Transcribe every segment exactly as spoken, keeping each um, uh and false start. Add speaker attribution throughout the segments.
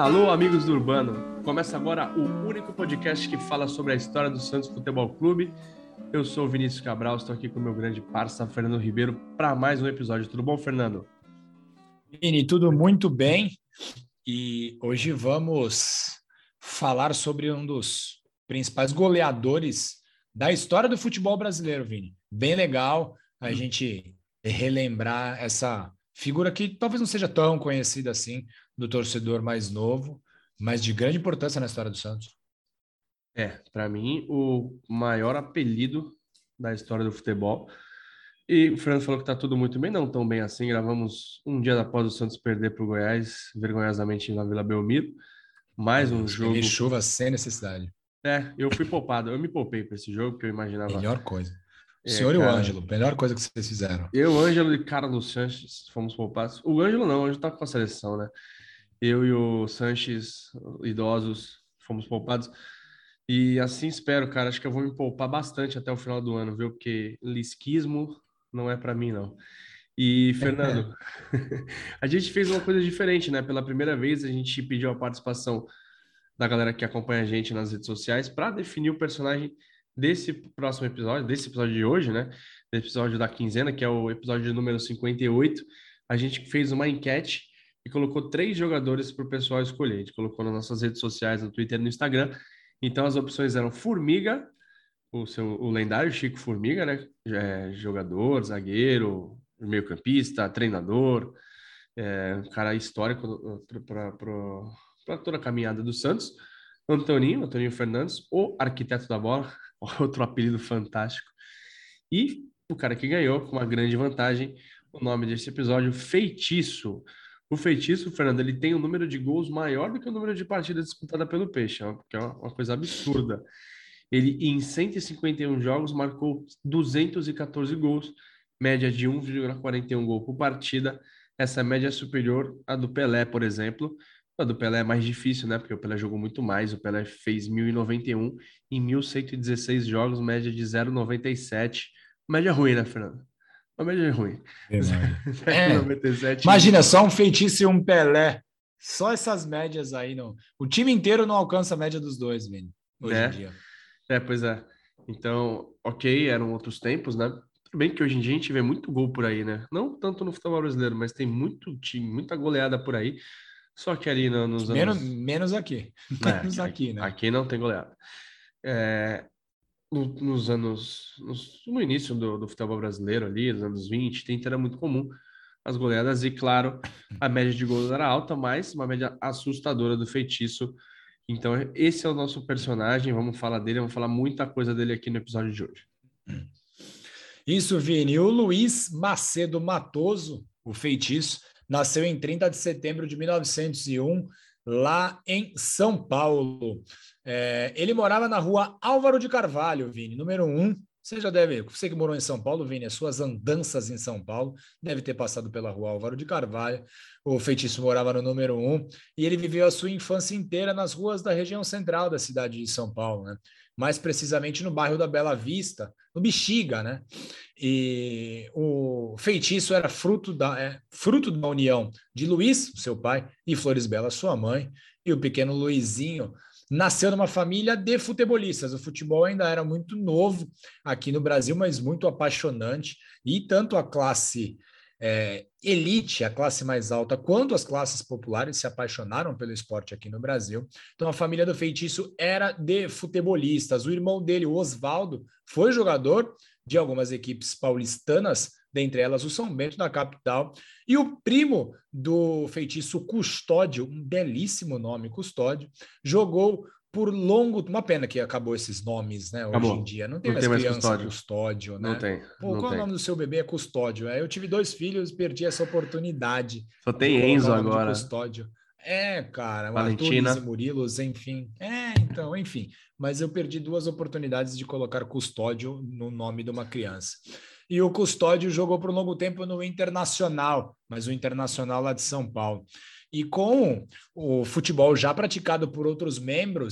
Speaker 1: Alô, amigos do Urbano! Começa agora o único podcast que fala sobre a história do Santos Futebol Clube. Eu sou o Vinícius Cabral, estou aqui com o meu grande parça, Fernando Ribeiro, para mais um episódio. Tudo bom, Fernando?
Speaker 2: Vini, tudo muito bem. E hoje vamos falar sobre um dos principais goleadores da história do futebol brasileiro, Vini. Bem legal a gente relembrar essa figura que talvez não seja tão conhecida assim do torcedor mais novo, mas de grande importância na história do Santos.
Speaker 1: É, para mim, o maior apelido da história do futebol. E o Fernando falou que tá tudo muito bem, não tão bem assim. Gravamos um dia após o Santos perder para o Goiás, vergonhosamente na Vila Belmiro. Mais um jogo.
Speaker 2: Teve chuva sem necessidade.
Speaker 1: É, eu fui poupado. Eu me poupei para esse jogo, porque eu imaginava.
Speaker 2: Melhor coisa. O
Speaker 1: É,
Speaker 2: senhor e o
Speaker 1: cara,
Speaker 2: Ângelo, melhor coisa que vocês fizeram.
Speaker 1: Eu, Ângelo e Carlos Sanches fomos poupados. O Ângelo não, o Ângelo tá com a seleção, né? Eu e o Sanches, idosos, fomos poupados. E assim espero, cara. Acho que eu vou me poupar bastante até o final do ano, viu? Porque lisquismo não é para mim, não. E, Fernando, a gente fez uma coisa diferente, né? Pela primeira vez, a gente pediu a participação da galera que acompanha a gente nas redes sociais para definir o personagem desse próximo episódio, desse episódio de hoje, né? Desse episódio da quinzena, que é o episódio número cinquenta e oito. A gente fez uma enquete e colocou três jogadores para o pessoal escolher. A gente colocou nas nossas redes sociais, no Twitter e no Instagram. Então, as opções eram Formiga, o, seu, o lendário Chico Formiga, né? É, jogador, zagueiro, meio-campista, treinador, é, um cara histórico para toda a caminhada do Santos. Antoninho, Antoninho Fernandes, o arquiteto da bola, outro apelido fantástico. E o cara que ganhou com uma grande vantagem, o nome desse episódio, Feitiço. O Feitiço, Fernando, ele tem um número de gols maior do que o número de partidas disputadas pelo Peixe, que é uma coisa absurda. Ele, em cento e cinquenta e um jogos, marcou duzentos e quatorze gols, média de um vírgula quarenta e um gol por partida. Essa média é superior à do Pelé, por exemplo. A do Pelé é mais difícil, né? Porque o Pelé jogou muito mais. O Pelé fez mil e noventa e um em mil cento e dezesseis jogos, média de zero vírgula noventa e sete. Média ruim, né, Fernando? Uma média ruim.
Speaker 2: É.
Speaker 1: noventa e sete.
Speaker 2: Imagina, só um Feitiço e um Pelé. Só essas médias aí. Não. O time inteiro não alcança a média dos dois, Vini, hoje
Speaker 1: né?
Speaker 2: em dia.
Speaker 1: É, pois é. Então, ok, eram outros tempos, né? Tudo bem que hoje em dia a gente vê muito gol por aí, né? Não tanto no futebol brasileiro, mas tem muito time, muita goleada por aí. Só que ali no, nos
Speaker 2: menos,
Speaker 1: anos...
Speaker 2: Menos aqui.
Speaker 1: É,
Speaker 2: Menos
Speaker 1: aqui,
Speaker 2: aqui, né?
Speaker 1: aqui não tem goleada. É, no, nos anos... Nos, no início do, do futebol brasileiro ali, nos anos vinte, trinta, era muito comum as goleadas. E, claro, a média de gols era alta, mas uma média assustadora do Feitiço. Então, esse é o nosso personagem. Vamos falar dele, vamos falar muita coisa dele aqui no episódio de hoje.
Speaker 2: Isso, Vini. O Luiz Macedo Matoso, o Feitiço, nasceu em trinta de setembro de mil novecentos e um, lá em São Paulo. É, ele morava na rua Álvaro de Carvalho, Vini, número um. Você já deve, você que morou em São Paulo, Vini, as suas andanças em São Paulo, deve ter passado pela rua Álvaro de Carvalho. O Feitiço morava no número um e ele viveu a sua infância inteira nas ruas da região central da cidade de São Paulo, né? Mais precisamente no bairro da Bela Vista, no Bexiga, né? E o Feitiço era fruto da, é, fruto da união de Luiz, seu pai, e Florisbela, sua mãe, e o pequeno Luizinho nasceu numa família de futebolistas. O futebol ainda era muito novo aqui no Brasil, mas muito apaixonante. E tanto a classe é, elite, a classe mais alta, quanto as classes populares se apaixonaram pelo esporte aqui no Brasil. Então a família do Feitiço era de futebolistas. O irmão dele, o Oswaldo, foi jogador de algumas equipes paulistanas, dentre elas o São Bento da capital, e o primo do Feitiço, Custódio, um belíssimo nome, Custódio, jogou por longo... Uma pena que acabou esses nomes, né, hoje
Speaker 1: Acabou.
Speaker 2: em dia. Não tem
Speaker 1: Não
Speaker 2: mais
Speaker 1: tem mais
Speaker 2: criança
Speaker 1: Custódio.
Speaker 2: Custódio, né?
Speaker 1: Não tem,
Speaker 2: Pô,
Speaker 1: não
Speaker 2: qual
Speaker 1: tem.
Speaker 2: é o nome do seu bebê? É Custódio. É, eu tive dois filhos e perdi essa oportunidade
Speaker 1: Só
Speaker 2: de
Speaker 1: tem
Speaker 2: colocar
Speaker 1: Enzo
Speaker 2: o nome
Speaker 1: agora.
Speaker 2: de Custódio. É, cara, o Arthur,
Speaker 1: Valentina.
Speaker 2: Liz e Murilos, enfim. É, então, enfim. Mas eu perdi duas oportunidades de colocar Custódio no nome de uma criança. E o Custódio jogou por um longo tempo no Internacional, mas o Internacional lá de São Paulo. E com o futebol já praticado por outros membros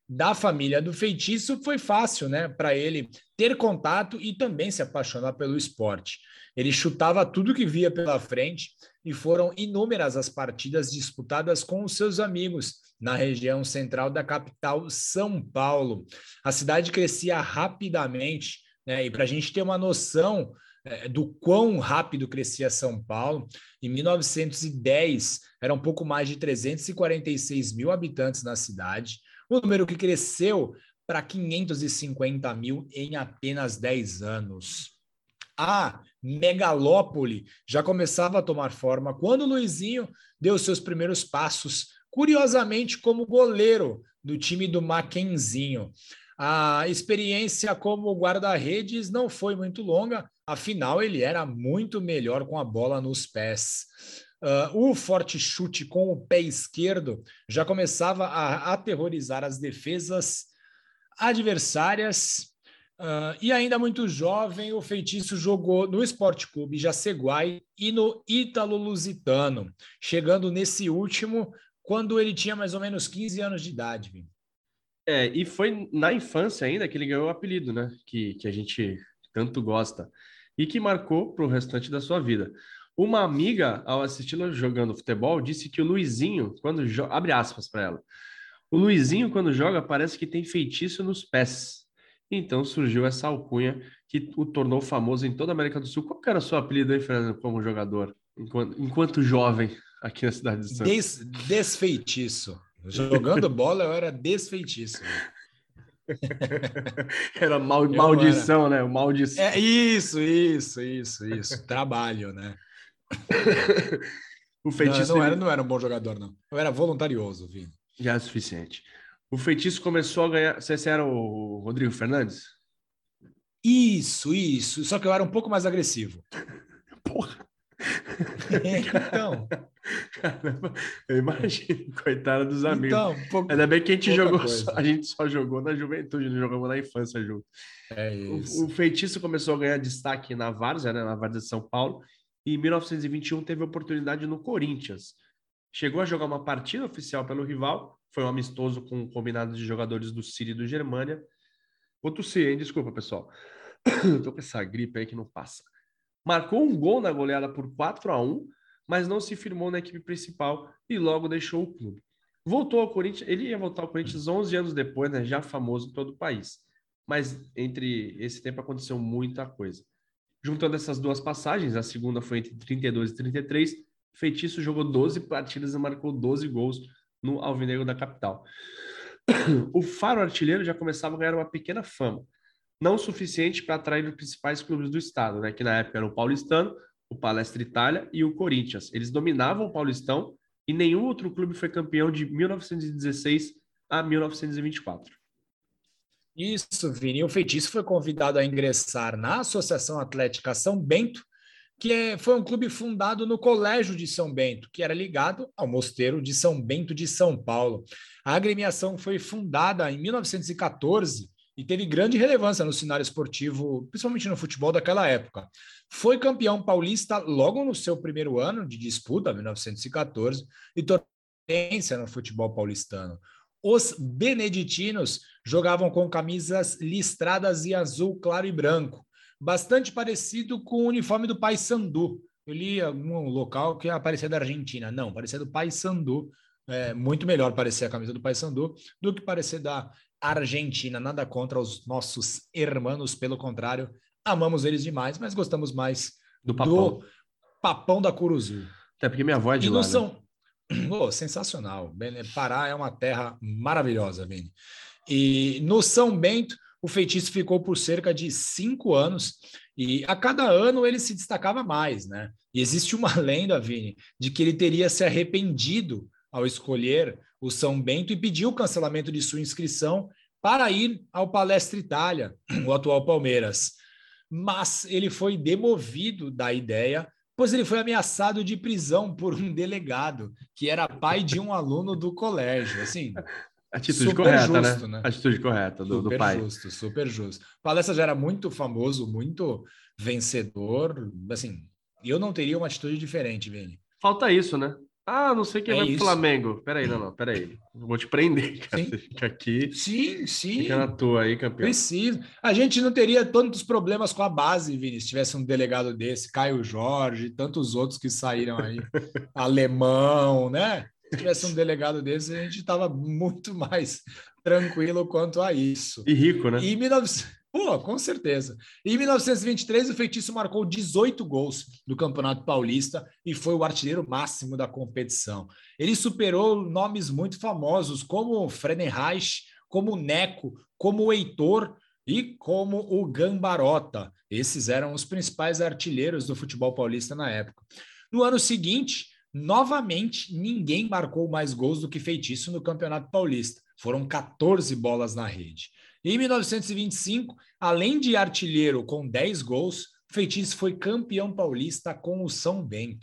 Speaker 2: da família do Feitiço, foi fácil, né, para ele ter contato e também se apaixonar pelo esporte. Ele chutava tudo que via pela frente e foram inúmeras as partidas disputadas com os seus amigos na região central da capital, São Paulo. A cidade crescia rapidamente, né, e para a gente ter uma noção é, do quão rápido crescia São Paulo, em mil novecentos e dez eram um pouco mais de trezentos e quarenta e seis mil habitantes na cidade, um número que cresceu para quinhentos e cinquenta mil em apenas dez anos. A megalópole já começava a tomar forma quando o Luizinho deu seus primeiros passos, curiosamente como goleiro do time do Mackenzinho. A experiência como guarda-redes não foi muito longa, afinal ele era muito melhor com a bola nos pés. Uh, o forte chute com o pé esquerdo já começava a aterrorizar as defesas adversárias. Uh, e ainda muito jovem, o Feitiço jogou no Esporte Clube Jaceguai e no Ítalo Lusitano, chegando nesse último quando ele tinha mais ou menos quinze anos de idade. Viu?
Speaker 1: É, e foi na infância ainda que ele ganhou o apelido, né? Que, que a gente tanto gosta. E que marcou para o restante da sua vida. Uma amiga, ao assisti-lo jogando futebol, disse que o Luizinho, quando joga... Abre aspas para ela. O Luizinho, quando joga, parece que tem feitiço nos pés. Então surgiu essa alcunha que o tornou famoso em toda a América do Sul. Qual que era o seu apelido aí, Fernando, como jogador, enquanto, enquanto jovem aqui na cidade de Santos?
Speaker 2: Des, desfeitiço. Jogando bola, eu era desfeitiço.
Speaker 1: Era mal, maldição, era... né? Maldição.
Speaker 2: É isso, isso, isso, isso. Trabalho, né?
Speaker 1: O feitiço
Speaker 2: não, não, era, não era um bom jogador, não. Eu era voluntarioso, Vini.
Speaker 1: Já é suficiente. O Feitiço começou a ganhar... Você era o Rodrigo Fernandes?
Speaker 2: Isso, isso. Só que eu era um pouco mais agressivo.
Speaker 1: Porra!
Speaker 2: Então...
Speaker 1: Caramba, eu imagino, coitada dos amigos.
Speaker 2: Então, pouco,
Speaker 1: Ainda bem que a gente jogou, só, a gente só jogou na juventude, não jogamos na infância junto.
Speaker 2: É isso.
Speaker 1: O, o Feitiço começou a ganhar destaque na Várzea, né, na Várzea de São Paulo, e em mil novecentos e vinte e um teve oportunidade no Corinthians. Chegou a jogar uma partida oficial pelo rival, foi um amistoso com um combinado de jogadores do City e do Germânia. Vou tossir, hein? Desculpa, pessoal. Tô com essa gripe aí que não passa. Marcou um gol na goleada por quatro a um, mas não se firmou na equipe principal e logo deixou o clube. Voltou ao Corinthians, ele ia voltar ao Corinthians onze anos depois, né, já famoso em todo o país. Mas entre esse tempo aconteceu muita coisa. Juntando essas duas passagens, a segunda foi entre trinta e dois e trinta e três, Feitiço jogou doze partidas e marcou doze gols no Alvinegro da capital. O Faro Artilheiro já começava a ganhar uma pequena fama, não o suficiente para atrair os principais clubes do estado, né, que na época eram o Paulistano, o Palestra Itália e o Corinthians. Eles dominavam o Paulistão e nenhum outro clube foi campeão de mil novecentos e dezesseis a mil novecentos e vinte e quatro.
Speaker 2: Isso, Vini. O Feitiço foi convidado a ingressar na Associação Atlética São Bento, que é, foi um clube fundado no Colégio de São Bento, que era ligado ao Mosteiro de São Bento de São Paulo. A agremiação foi fundada em mil novecentos e quatorze e teve grande relevância no cenário esportivo, principalmente no futebol daquela época. Foi campeão paulista logo no seu primeiro ano de disputa, mil novecentos e quatorze, e tornou referência no futebol paulistano. Os beneditinos jogavam com camisas listradas em azul claro e branco, bastante parecido com o uniforme do Paysandu. Eu li algum local que aparecia da Argentina. Não, parecia do Paysandu. É muito melhor parecer a camisa do Paysandu do que parecer da Argentina. Nada contra os nossos hermanos, pelo contrário, amamos eles demais, mas gostamos mais
Speaker 1: do papão,
Speaker 2: do papão da Curuzu.
Speaker 1: Até porque minha avó é de
Speaker 2: e
Speaker 1: lá,
Speaker 2: são... né? Oh, sensacional. Pará é uma terra maravilhosa, Vini. E no São Bento, o Feitiço ficou por cerca de cinco anos e a cada ano ele se destacava mais, né? E existe uma lenda, Vini, de que ele teria se arrependido ao escolher o São Bento e pediu o cancelamento de sua inscrição para ir ao Palestra Itália, o atual Palmeiras. Mas ele foi demovido da ideia, pois ele foi ameaçado de prisão por um delegado, que era pai de um aluno do colégio. Assim,
Speaker 1: atitude correta, justo, né? né? Atitude correta do,
Speaker 2: super
Speaker 1: do pai.
Speaker 2: Super justo, super justo. O Palestra já era muito famoso, muito vencedor. Assim, eu não teria uma atitude diferente, Vini.
Speaker 1: Falta isso, né? Ah, não sei quem
Speaker 2: É
Speaker 1: vai pro
Speaker 2: isso.
Speaker 1: Flamengo. Peraí, não, não, peraí. Vou te prender, cara. Você
Speaker 2: Sim,
Speaker 1: fica aqui,
Speaker 2: sim,
Speaker 1: fica na
Speaker 2: sim.
Speaker 1: tua aí, campeão.
Speaker 2: Preciso. A gente não teria tantos problemas com a base, Vini, se tivesse um delegado desse, Caio Jorge, tantos outros que saíram aí, alemão, né? Se tivesse um delegado desse, a gente estava muito mais tranquilo quanto a isso.
Speaker 1: E rico, né?
Speaker 2: E em mil e novecentos... Pô, com certeza. Em mil novecentos e vinte e três, o Feitiço marcou dezoito gols no Campeonato Paulista e foi o artilheiro máximo da competição. Ele superou nomes muito famosos, como Friedenreich, como Neco, como o Heitor e como o Gambarota. Esses eram os principais artilheiros do futebol paulista na época. No ano seguinte, novamente, ninguém marcou mais gols do que Feitiço no Campeonato Paulista. Foram quatorze bolas na rede. Em mil novecentos e vinte e cinco, além de artilheiro com dez gols, Feitiço foi campeão paulista com o São Bento.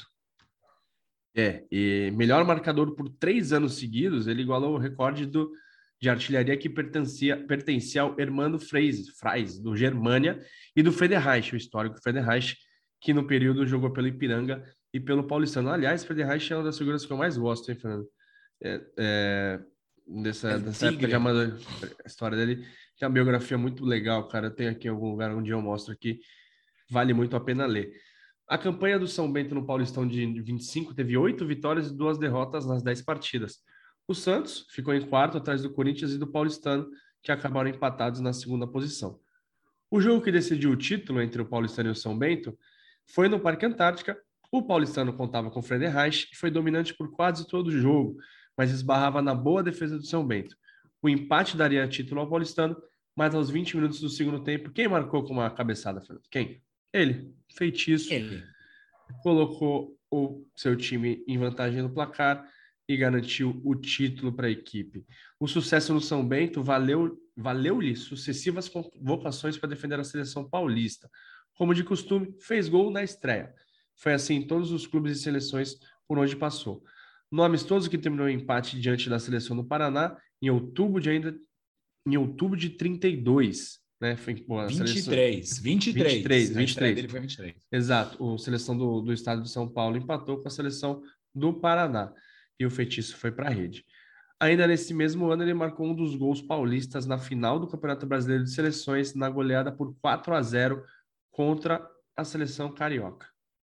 Speaker 1: É, e melhor marcador por três anos seguidos, ele igualou o recorde do, de artilharia que pertencia, pertencia ao Hermano Freis, Freis, do Germânia, e do Friedenreich, o histórico Friedenreich, que no período jogou pelo Ipiranga e pelo Paulistano. Aliás, Friedenreich é uma das figuras que eu mais gosto, hein, Fernando? É, é, dessa,
Speaker 2: El
Speaker 1: dessa época de
Speaker 2: Tigre.
Speaker 1: amador, a história dele, que é uma biografia muito legal, cara. Tem aqui em algum lugar onde eu mostro aqui, vale muito a pena ler. A campanha do São Bento no Paulistão de vinte e cinco teve oito vitórias e duas derrotas nas dez partidas. O Santos ficou em quarto atrás do Corinthians e do Paulistano, que acabaram empatados na segunda posição. O jogo que decidiu o título entre o Paulistano e o São Bento foi no Parque Antártica. O Paulistano contava com Friedenreich e foi dominante por quase todo o jogo, mas esbarrava na boa defesa do São Bento. O empate daria título ao Paulistano, mas aos vinte minutos do segundo tempo, quem marcou com uma cabeçada, Fernando? Quem? Ele, Feitiço,
Speaker 2: Ele.
Speaker 1: colocou o seu time em vantagem no placar e garantiu o título para a equipe. O sucesso no São Bento valeu, valeu-lhe sucessivas convocações para defender a seleção paulista. Como de costume, fez gol na estreia. Foi assim em todos os clubes e seleções por onde passou. No amistoso que terminou em empate diante da seleção do Paraná, em outubro de ainda em outubro de trinta e dois, né? Foi pô, a seleção
Speaker 2: vinte e três.
Speaker 1: vinte e três,
Speaker 2: vinte e três. A estreia
Speaker 1: vinte e três.
Speaker 2: dele foi vinte e três.
Speaker 1: Exato, a seleção do, do estado de São Paulo empatou com a seleção do Paraná e o Feitiço foi para a rede. Ainda nesse mesmo ano, ele marcou um dos gols paulistas na final do Campeonato Brasileiro de Seleções, na goleada por quatro a zero contra a seleção carioca.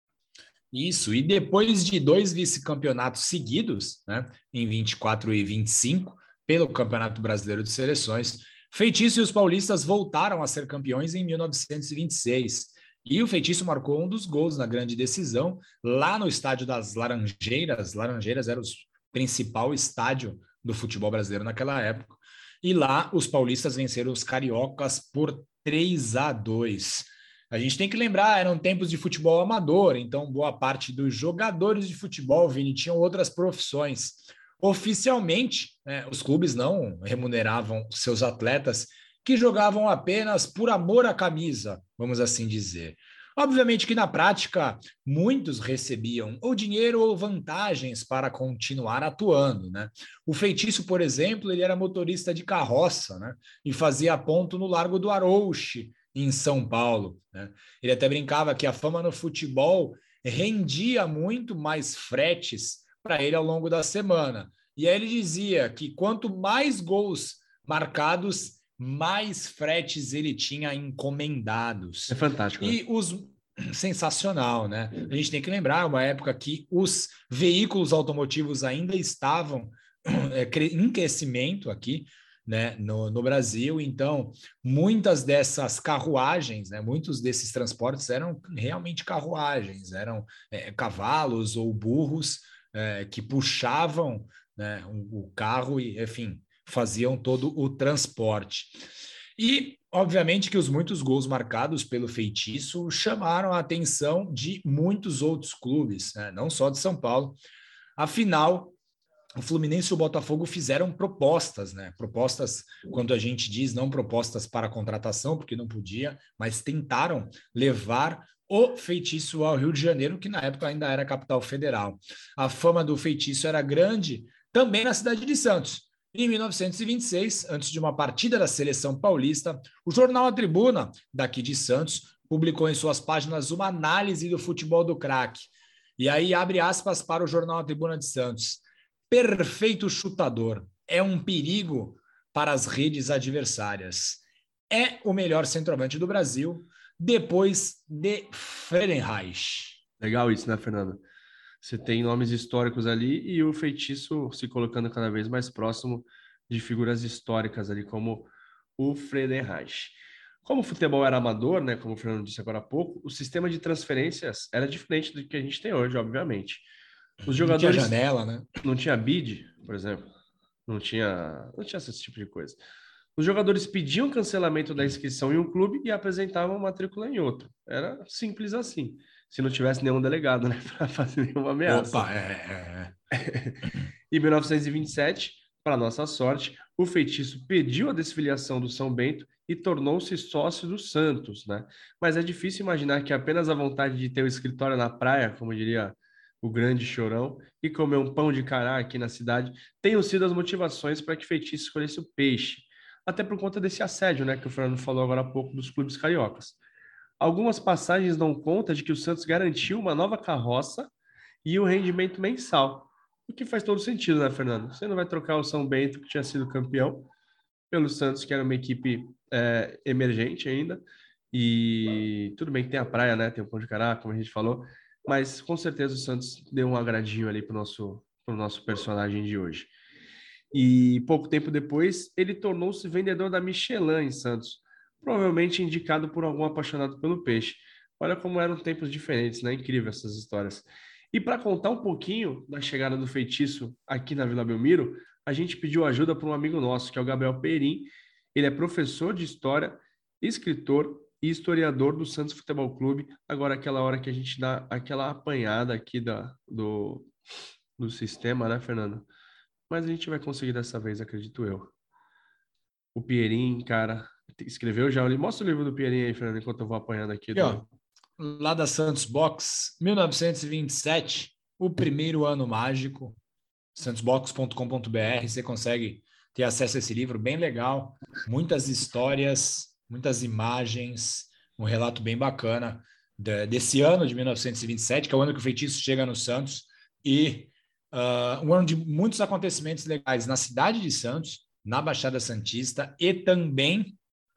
Speaker 2: Isso, e depois de dois vice-campeonatos seguidos, né, em vinte e quatro e vinte e cinco, pelo Campeonato Brasileiro de Seleções, Feitiço e os paulistas voltaram a ser campeões em mil novecentos e vinte e seis. E o Feitiço marcou um dos gols na grande decisão, lá no estádio das Laranjeiras. Laranjeiras era o principal estádio do futebol brasileiro naquela época. E lá os paulistas venceram os cariocas por três a dois. A gente tem que lembrar, eram tempos de futebol amador, então boa parte dos jogadores de futebol, Vini, tinham outras profissões. Oficialmente, né, os clubes não remuneravam seus atletas, que jogavam apenas por amor à camisa, vamos assim dizer. Obviamente que na prática, muitos recebiam ou dinheiro ou vantagens para continuar atuando, né? O Feitiço, por exemplo, ele era motorista de carroça, né? E fazia ponto no Largo do Arouche, em São Paulo, né? Ele até brincava que a fama no futebol rendia muito mais fretes para ele ao longo da semana. E aí ele dizia que quanto mais gols marcados, mais fretes ele tinha encomendados.
Speaker 1: É fantástico, né?
Speaker 2: E os sensacional, né? A gente tem que lembrar uma época que os veículos automotivos ainda estavam em crescimento aqui, né, no, no Brasil. Então, muitas dessas carruagens, né, muitos desses transportes eram realmente carruagens, eram é, cavalos ou burros é, que puxavam, né, o, o carro e, enfim, faziam todo o transporte. E, obviamente, que os muitos gols marcados pelo Feitiço chamaram a atenção de muitos outros clubes, né, não só de São Paulo. Afinal, o Fluminense e o Botafogo fizeram propostas, né? Propostas, quando a gente diz não propostas para contratação, porque não podia, mas tentaram levar o Feitiço ao Rio de Janeiro, que na época ainda era capital federal. A fama do Feitiço era grande também na cidade de Santos. Em mil novecentos e vinte e seis, antes de uma partida da seleção paulista, o jornal A Tribuna, daqui de Santos, publicou em suas páginas uma análise do futebol do craque. E aí abre aspas para o jornal A Tribuna de Santos. Perfeito chutador. É um perigo para as redes adversárias. É o melhor centroavante do Brasil, depois de Friedenreich.
Speaker 1: Legal isso, né, Fernando? Você tem nomes históricos ali e o feitiço se colocando cada vez mais próximo de figuras históricas ali, como o Friedenreich. Como o futebol era amador, né, como o Fernando disse agora há pouco, o sistema de transferências era diferente do que a gente tem hoje, obviamente. Os
Speaker 2: Não tinha
Speaker 1: jogadores
Speaker 2: janela, né?
Speaker 1: não tinha bid, por exemplo, não tinha, não tinha esse tipo de coisa. Os jogadores pediam cancelamento da inscrição em um clube e apresentavam matrícula em outro. Era simples assim. Se não tivesse nenhum delegado, né, para fazer nenhuma ameaça.
Speaker 2: Opa, é, é, é.
Speaker 1: Em mil novecentos e vinte e sete, para nossa sorte, o feitiço pediu a desfiliação do São Bento e tornou-se sócio do Santos, né? Mas é difícil imaginar que apenas a vontade de ter o escritório na praia, como diria o grande Chorão, e comer um pão de cará aqui na cidade, tenham sido as motivações para que o feitiço escolhesse o peixe. Até por conta desse assédio, né, que o Fernando falou agora há pouco dos clubes cariocas. Algumas passagens dão conta de que o Santos garantiu uma nova carroça e o rendimento mensal. O que faz todo sentido, né, Fernando? Você não vai trocar o São Bento, que tinha sido campeão, pelo Santos, que era uma equipe é, emergente ainda. E tudo bem que tem a praia, né? Tem o Pão de Cará, como a gente falou. Mas com certeza o Santos deu um agradinho ali para o nosso, pro nosso personagem de hoje. E pouco tempo depois, ele tornou-se vendedor da Michelin em Santos, provavelmente indicado por algum apaixonado pelo peixe. Olha como eram tempos diferentes, né? Incrível essas histórias. E para contar um pouquinho da chegada do feitiço aqui na Vila Belmiro, a gente pediu ajuda para um amigo nosso, que é o Gabriel Perim. Ele é professor de história, escritor e historiador do Santos Futebol Clube. Agora, aquela hora que a gente dá aquela apanhada aqui da, do, do sistema, né, Fernando? Mas a gente vai conseguir dessa vez, acredito eu. O Pierin, cara, escreveu já. Mostra o livro do Pierin aí, Fernando, enquanto eu vou apanhando aqui.
Speaker 2: Aqui,
Speaker 1: Do...
Speaker 2: ó, lá da Santos Box, mil novecentos e vinte e sete, o primeiro ano mágico, santos box ponto com ponto b r, você consegue ter acesso a esse livro, bem legal, muitas histórias, muitas imagens, um relato bem bacana desse ano de mil novecentos e vinte e sete, que é o ano que o feitiço chega no Santos, e uh, um ano de muitos acontecimentos legais na cidade de Santos, na Baixada Santista e também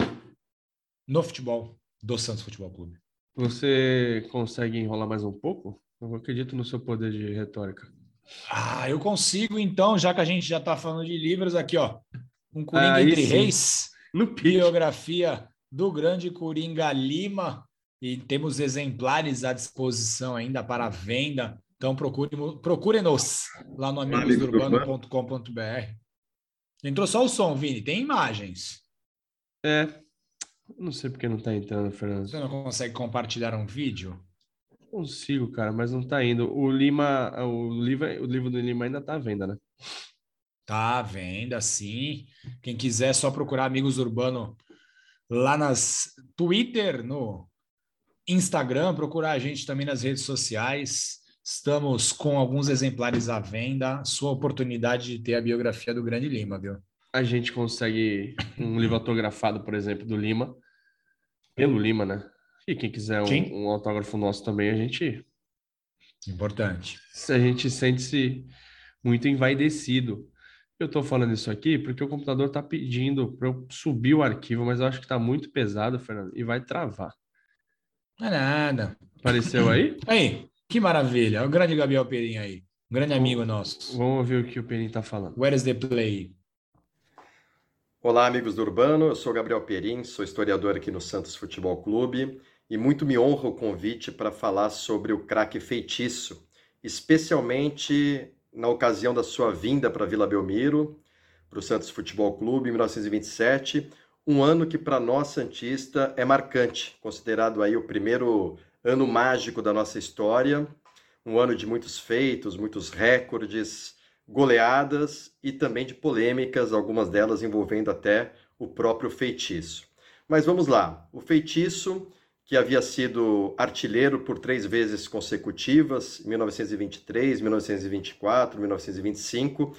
Speaker 2: no futebol do Santos Futebol Clube.
Speaker 1: Você consegue enrolar mais um pouco? Eu acredito no seu poder de retórica.
Speaker 2: Ah, eu consigo então, já que a gente já está falando de livros aqui, ó. Um Coringa
Speaker 1: Aí
Speaker 2: entre
Speaker 1: sim.
Speaker 2: Reis,
Speaker 1: No pique.
Speaker 2: biografia do grande Coringa Lima, e temos exemplares à disposição ainda para venda. Então procure-nos procure lá no amigos do urbano ponto com ponto b r. Entrou só o som, Vini, tem imagens.
Speaker 1: É, não sei porque não tá entrando, Fernando.
Speaker 2: Você não consegue compartilhar um vídeo?
Speaker 1: Consigo, cara, mas não tá indo. O Lima, o livro, o livro do Lima ainda tá à venda, né?
Speaker 2: Tá à venda, sim. Quem quiser é só procurar Amigos Urbano lá nas Twitter, no Instagram, procurar a gente também nas redes sociais. Estamos com alguns exemplares à venda. Sua oportunidade de ter a biografia do Grande Lima, viu?
Speaker 1: A gente consegue um livro autografado, por exemplo, do Lima, pelo Lima, né? E quem quiser um, um autógrafo nosso também, a gente...
Speaker 2: Importante.
Speaker 1: A gente sente-se muito envaidecido. Eu tô falando isso aqui porque o computador tá pedindo para eu subir o arquivo, mas eu acho que tá muito pesado, Fernando, e vai travar.
Speaker 2: Não é nada.
Speaker 1: Apareceu aí?
Speaker 2: Aí, que maravilha. O grande Gabriel Perim aí. Um grande amigo nosso.
Speaker 1: Vamos ouvir o que o Perim tá falando.
Speaker 2: Where is the play?
Speaker 3: Olá, amigos do Urbano. Eu sou Gabriel Perim, sou historiador aqui no Santos Futebol Clube e muito me honra o convite para falar sobre o craque feitiço, especialmente na ocasião da sua vinda para Vila Belmiro, para o Santos Futebol Clube, em mil novecentos e vinte e sete, um ano que para nós santista é marcante, considerado aí o primeiro ano mágico da nossa história, um ano de muitos feitos, muitos recordes, goleadas e também de polêmicas, algumas delas envolvendo até o próprio feitiço. Mas vamos lá, o feitiço, que havia sido artilheiro por três vezes consecutivas, mil novecentos e vinte e três, mil novecentos e vinte e quatro, mil novecentos e vinte e cinco,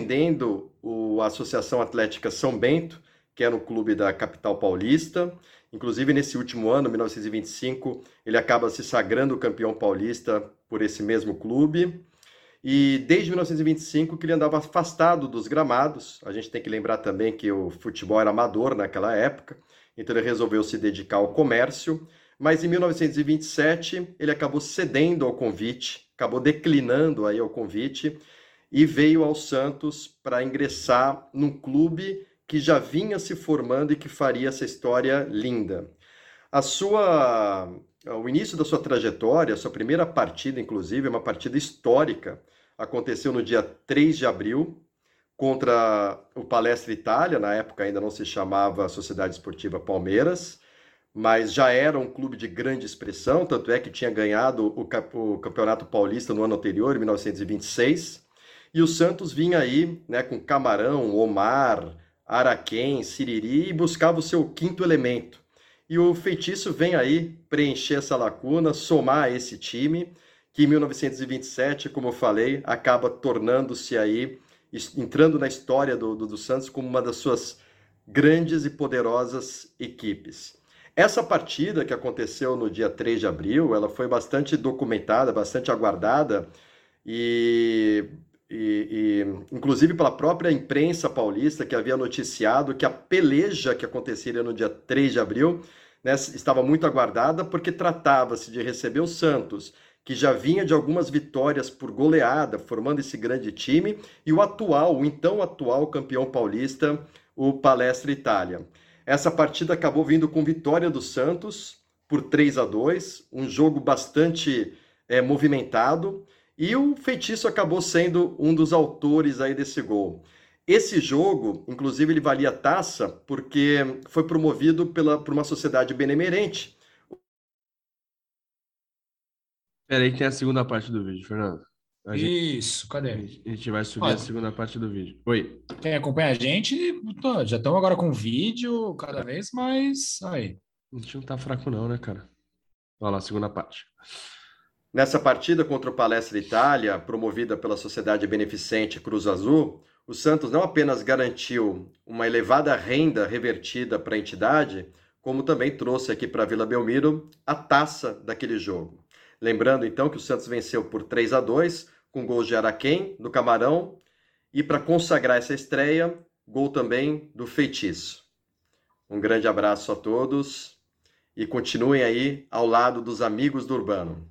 Speaker 3: defendendo a Associação Atlética São Bento, que era um clube da capital paulista. Inclusive, nesse último ano, mil novecentos e vinte e cinco, ele acaba se sagrando campeão paulista por esse mesmo clube. E desde mil novecentos e vinte e cinco que ele andava afastado dos gramados. A gente tem que lembrar também que o futebol era amador naquela época, então ele resolveu se dedicar ao comércio. Mas em mil novecentos e vinte e sete ele acabou cedendo ao convite, acabou declinando aí ao convite e veio ao Santos para ingressar num clube que já vinha se formando e que faria essa história linda. A sua, o início da sua trajetória, a sua primeira partida, inclusive, é uma partida histórica. Aconteceu no dia três de abril, contra o Palestra Itália, na época ainda não se chamava Sociedade Esportiva Palmeiras, mas já era um clube de grande expressão, tanto é que tinha ganhado o, o Campeonato Paulista no ano anterior, em mil novecentos e vinte e seis, e o Santos vinha aí, né, com Camarão, Omar, Araquém, Siriri, e buscava o seu quinto elemento. E o Feitiço vem aí preencher essa lacuna, somar esse time, que em mil novecentos e vinte e sete, como eu falei, acaba tornando-se aí, entrando na história do, do, do Santos como uma das suas grandes e poderosas equipes. Essa partida que aconteceu no dia três de abril, ela foi bastante documentada, bastante aguardada, e... E, e, inclusive pela própria imprensa paulista, que havia noticiado que a peleja que aconteceria no dia três de abril, né, estava muito aguardada, porque tratava-se de receber o Santos, que já vinha de algumas vitórias por goleada, formando esse grande time, e o atual, o então atual campeão paulista, o Palestra Itália. Essa partida acabou vindo com vitória do Santos por três a dois, um jogo bastante é, movimentado, e o Feitiço acabou sendo um dos autores aí desse gol. Esse jogo, inclusive, ele valia taça porque foi promovido pela, por uma sociedade benemerente.
Speaker 1: Peraí que tem a segunda parte do vídeo, Fernando. A gente,
Speaker 2: Isso, cadê?
Speaker 1: a gente vai subir
Speaker 2: Ó,
Speaker 1: a segunda parte do vídeo. Oi.
Speaker 2: Quem acompanha a gente, tô, já estamos agora com vídeo cada vez mais. Aí.
Speaker 1: A gente não tá fraco não, né, cara? Olha lá, a segunda parte.
Speaker 3: Nessa partida contra o Palestra Itália, promovida pela Sociedade Beneficente Cruz Azul, o Santos não apenas garantiu uma elevada renda revertida para a entidade, como também trouxe aqui para a Vila Belmiro a taça daquele jogo. Lembrando então que o Santos venceu por três a dois, com gols de Araquém, do Camarão, e para consagrar essa estreia, gol também do Feitiço. Um grande abraço a todos e continuem aí ao lado dos amigos do Urbano.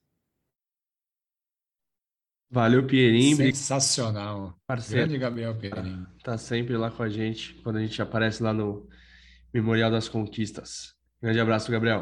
Speaker 1: Valeu, Pierin.
Speaker 2: Sensacional.
Speaker 1: Parceiro.
Speaker 2: Grande Gabriel Pierin.
Speaker 1: Tá sempre lá com a gente, quando a gente aparece lá no Memorial das Conquistas. Grande abraço, Gabriel.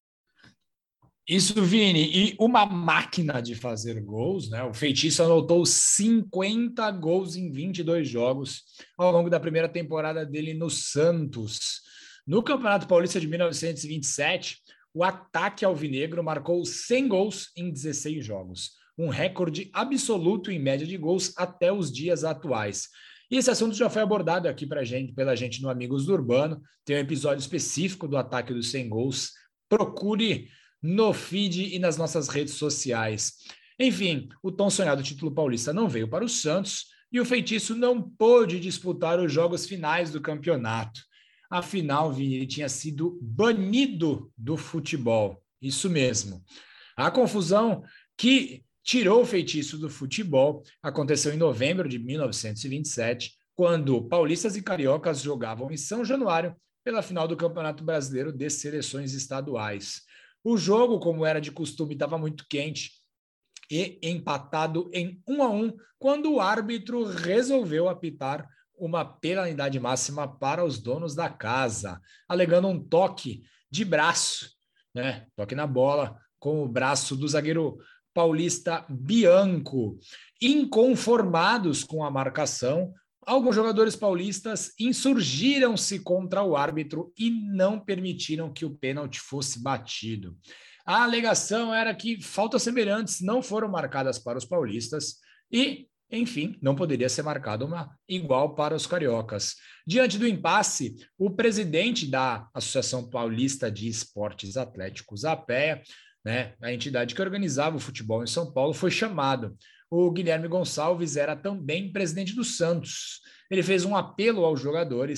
Speaker 2: Isso, Vini. E uma máquina de fazer gols, né? O Feitiço anotou cinquenta gols em vinte e dois jogos ao longo da primeira temporada dele no Santos. No Campeonato Paulista de mil novecentos e vinte e sete, o ataque alvinegro marcou cem gols em dezesseis jogos. Um recorde absoluto em média de gols até os dias atuais. E esse assunto já foi abordado aqui pra gente, pela gente no Amigos do Urbano. Tem um episódio específico do ataque dos cem gols. Procure no feed e nas nossas redes sociais. Enfim, o tão sonhado título paulista não veio para o Santos e o Feitiço não pôde disputar os jogos finais do campeonato. Afinal, Vini, ele tinha sido banido do futebol. Isso mesmo. A confusão que tirou o Feitiço do futebol aconteceu em novembro de mil novecentos e vinte e sete, quando paulistas e cariocas jogavam em São Januário pela final do Campeonato Brasileiro de Seleções Estaduais. O jogo, como era de costume, estava muito quente e empatado em um a um, quando o árbitro resolveu apitar uma penalidade máxima para os donos da casa, alegando um toque de braço, né? Toque na bola com o braço do zagueiro paulista Bianco. Inconformados com a marcação, alguns jogadores paulistas insurgiram-se contra o árbitro e não permitiram que o pênalti fosse batido. A alegação era que faltas semelhantes não foram marcadas para os paulistas e, enfim, não poderia ser marcada uma igual para os cariocas. Diante do impasse, o presidente da Associação Paulista de Esportes Atléticos, a APEA, né, a entidade que organizava o futebol em São Paulo, foi chamado. O Guilherme Gonçalves era também presidente do Santos. Ele fez um apelo aos jogadores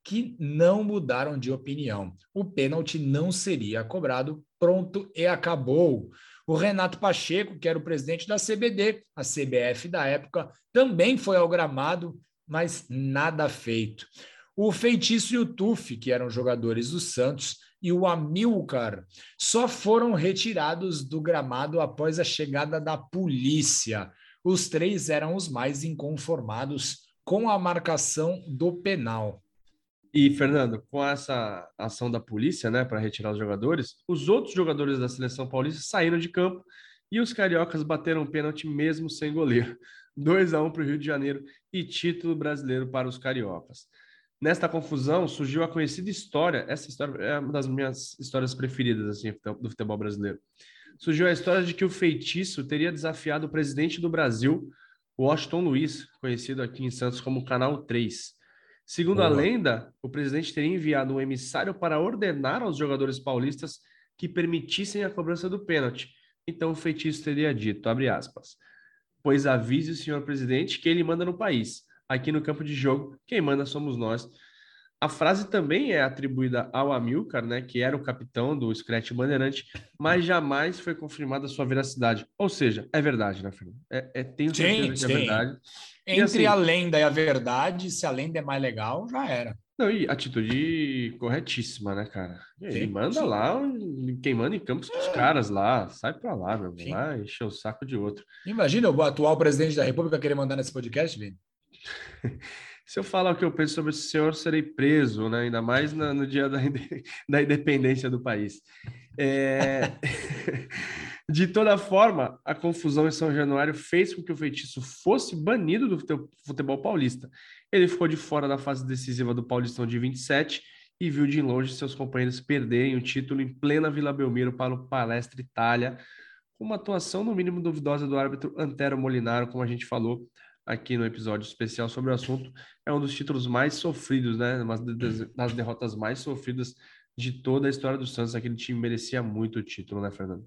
Speaker 2: que não mudaram de opinião. O pênalti não seria cobrado, pronto e acabou. O Renato Pacheco, que era o presidente da C B D, a C B F da época, também foi ao gramado, mas nada feito. O Feitiço e o Tuf, que eram jogadores do Santos, e o Amilcar só foram retirados do gramado após a chegada da polícia. Os três eram os mais inconformados com a marcação do penal.
Speaker 1: E, Fernando, com essa ação da polícia, né, para retirar os jogadores, os outros jogadores da seleção paulista saíram de campo e os cariocas bateram o pênalti mesmo sem goleiro. dois a um para o Rio de Janeiro e título brasileiro para os cariocas. Nesta confusão surgiu a conhecida história, essa história é uma das minhas histórias preferidas assim, do futebol brasileiro. Surgiu a história de que o Feitiço teria desafiado o presidente do Brasil, Washington Luiz, conhecido aqui em Santos como Canal três. Segundo Boa. a lenda, o presidente teria enviado um emissário para ordenar aos jogadores paulistas que permitissem a cobrança do pênalti. Então o Feitiço teria dito, abre aspas, pois avise o senhor presidente que ele manda no país. Aqui no campo de jogo, quem manda somos nós. A frase também é atribuída ao Amilcar, né, que era o capitão do Scratch Bandeirante, mas jamais foi confirmada a sua veracidade. Ou seja, é verdade, né, Fernando? É, é, tenho certeza
Speaker 2: sim,
Speaker 1: que é
Speaker 2: sim.
Speaker 1: verdade.
Speaker 2: Entre
Speaker 1: assim,
Speaker 2: a lenda e a verdade, se a lenda é mais legal, já era.
Speaker 1: Não, e atitude corretíssima, né, cara? Ele sim, manda sim. lá, quem manda em campo são os caras lá. Sai pra lá, meu irmão. Vai encher o saco de outro.
Speaker 2: Imagina o atual presidente da República querer mandar nesse podcast, Vini.
Speaker 1: Se eu falar o que eu penso sobre esse senhor, serei preso, né? Ainda mais na, no dia da, da independência do país. É... De toda forma, a confusão em São Januário fez com que o Feitiço fosse banido do futebol paulista. Ele ficou de fora da fase decisiva do Paulistão de vinte e sete e viu de longe seus companheiros perderem o título em plena Vila Belmiro para o Palestra Itália, com uma atuação no mínimo duvidosa do árbitro Antero Molinaro, como a gente falou aqui no episódio especial sobre o assunto. É um dos títulos mais sofridos, né? Uma das derrotas mais sofridas de toda a história do Santos. Aquele time merecia muito o título, né, Fernando?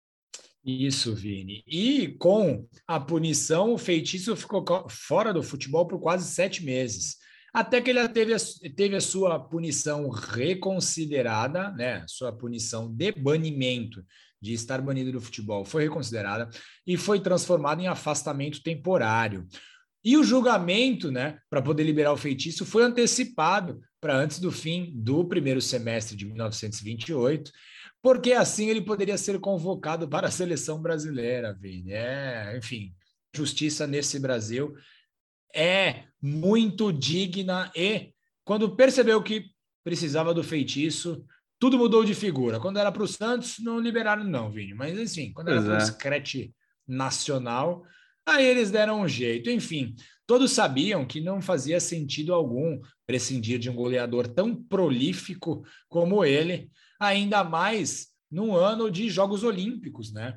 Speaker 2: Isso, Vini. E com a punição, o Feitiço ficou fora do futebol por quase sete meses. Até que ele teve a, teve a sua punição reconsiderada, né? Sua punição de banimento, de estar banido do futebol, foi reconsiderada e foi transformado em afastamento temporário. E o julgamento, né, para poder liberar o Feitiço, foi antecipado para antes do fim do primeiro semestre de mil novecentos e vinte e oito, porque assim ele poderia ser convocado para a seleção brasileira, Vini. É, enfim, justiça nesse Brasil é muito digna e quando percebeu que precisava do Feitiço, tudo mudou de figura. Quando era para o Santos, não liberaram não, Vini. Mas, assim, quando era para o Scratch nacional, aí eles deram um jeito. Enfim, todos sabiam que não fazia sentido algum prescindir de um goleador tão prolífico como ele, ainda mais num ano de Jogos Olímpicos, né?